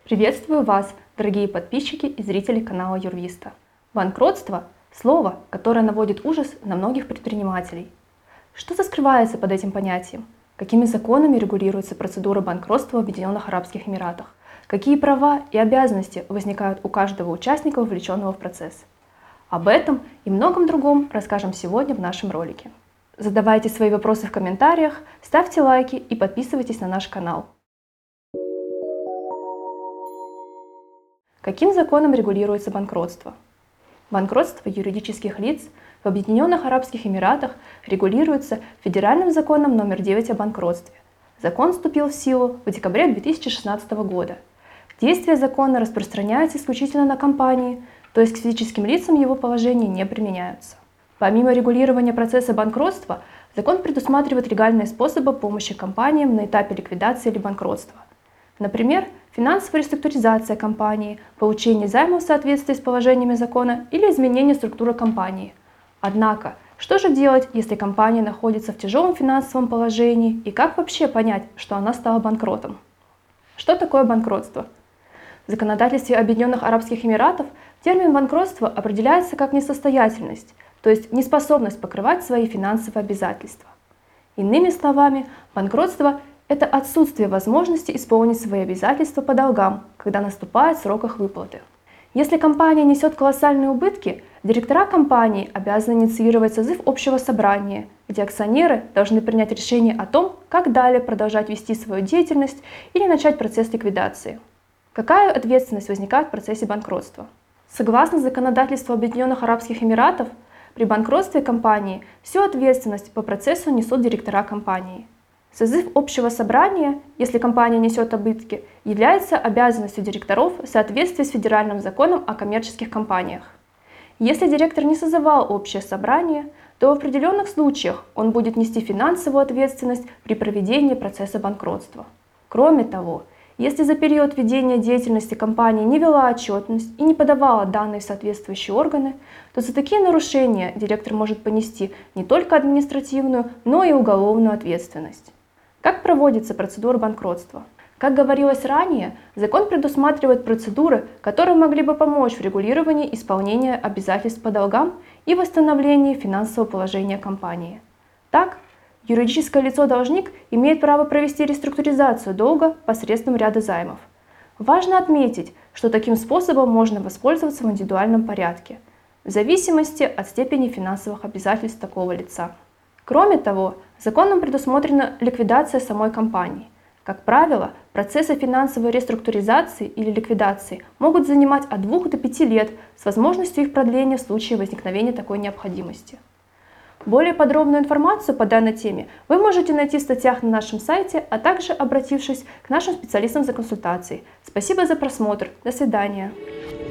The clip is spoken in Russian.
Приветствую вас, дорогие подписчики и зрители канала Юрвиста. Банкротство – слово, которое наводит ужас на многих предпринимателей. Что скрывается под этим понятием? Какими законами регулируется процедура банкротства в Объединенных Арабских Эмиратах? Какие права и обязанности возникают у каждого участника, вовлеченного в процесс? Об этом и многом другом расскажем сегодня в нашем ролике. Задавайте свои вопросы в комментариях, ставьте лайки и подписывайтесь на наш канал. Каким законом регулируется банкротство? Банкротство юридических лиц в Объединенных Арабских Эмиратах регулируется Федеральным законом номер 9 о банкротстве. Закон вступил в силу в декабре 2016 года. Действие закона распространяется исключительно на компании, то есть к физическим лицам его положения не применяются. Помимо регулирования процесса банкротства, закон предусматривает легальные способы помощи компаниям на этапе ликвидации или банкротства. Например, финансовая реструктуризация компании, получение займов в соответствии с положениями закона или изменение структуры компании. Однако, что же делать, если компания находится в тяжелом финансовом положении и как вообще понять, что она стала банкротом? Что такое банкротство? В законодательстве Объединенных Арабских Эмиратов термин банкротство определяется как несостоятельность, то есть неспособность покрывать свои финансовые обязательства. Иными словами, банкротство – это отсутствие возможности исполнить свои обязательства по долгам, когда наступает срок их выплаты. Если компания несет колоссальные убытки, директора компании обязаны инициировать созыв общего собрания, где акционеры должны принять решение о том, как далее продолжать вести свою деятельность или начать процесс ликвидации. Какая ответственность возникает в процессе банкротства? Согласно законодательству Объединенных Арабских Эмиратов, при банкротстве компании всю ответственность по процессу несут директора компании. Созыв общего собрания, если компания несет убытки, является обязанностью директоров в соответствии с федеральным законом о коммерческих компаниях. Если директор не созывал общее собрание, то в определенных случаях он будет нести финансовую ответственность при проведении процесса банкротства. Кроме того, если за период ведения деятельности компания не вела отчетность и не подавала данные в соответствующие органы, то за такие нарушения директор может понести не только административную, но и уголовную ответственность. Как проводится процедура банкротства? Как говорилось ранее, закон предусматривает процедуры, которые могли бы помочь в регулировании исполнения обязательств по долгам и восстановлении финансового положения компании. Так, юридическое лицо-должник имеет право провести реструктуризацию долга посредством ряда займов. Важно отметить, что таким способом можно воспользоваться в индивидуальном порядке, в зависимости от степени финансовых обязательств такого лица. Кроме того, законом предусмотрена ликвидация самой компании. Как правило, процессы финансовой реструктуризации или ликвидации могут занимать от 2 до 5 лет с возможностью их продления в случае возникновения такой необходимости. Более подробную информацию по данной теме вы можете найти в статьях на нашем сайте, а также обратившись к нашим специалистам за консультацией. Спасибо за просмотр. До свидания.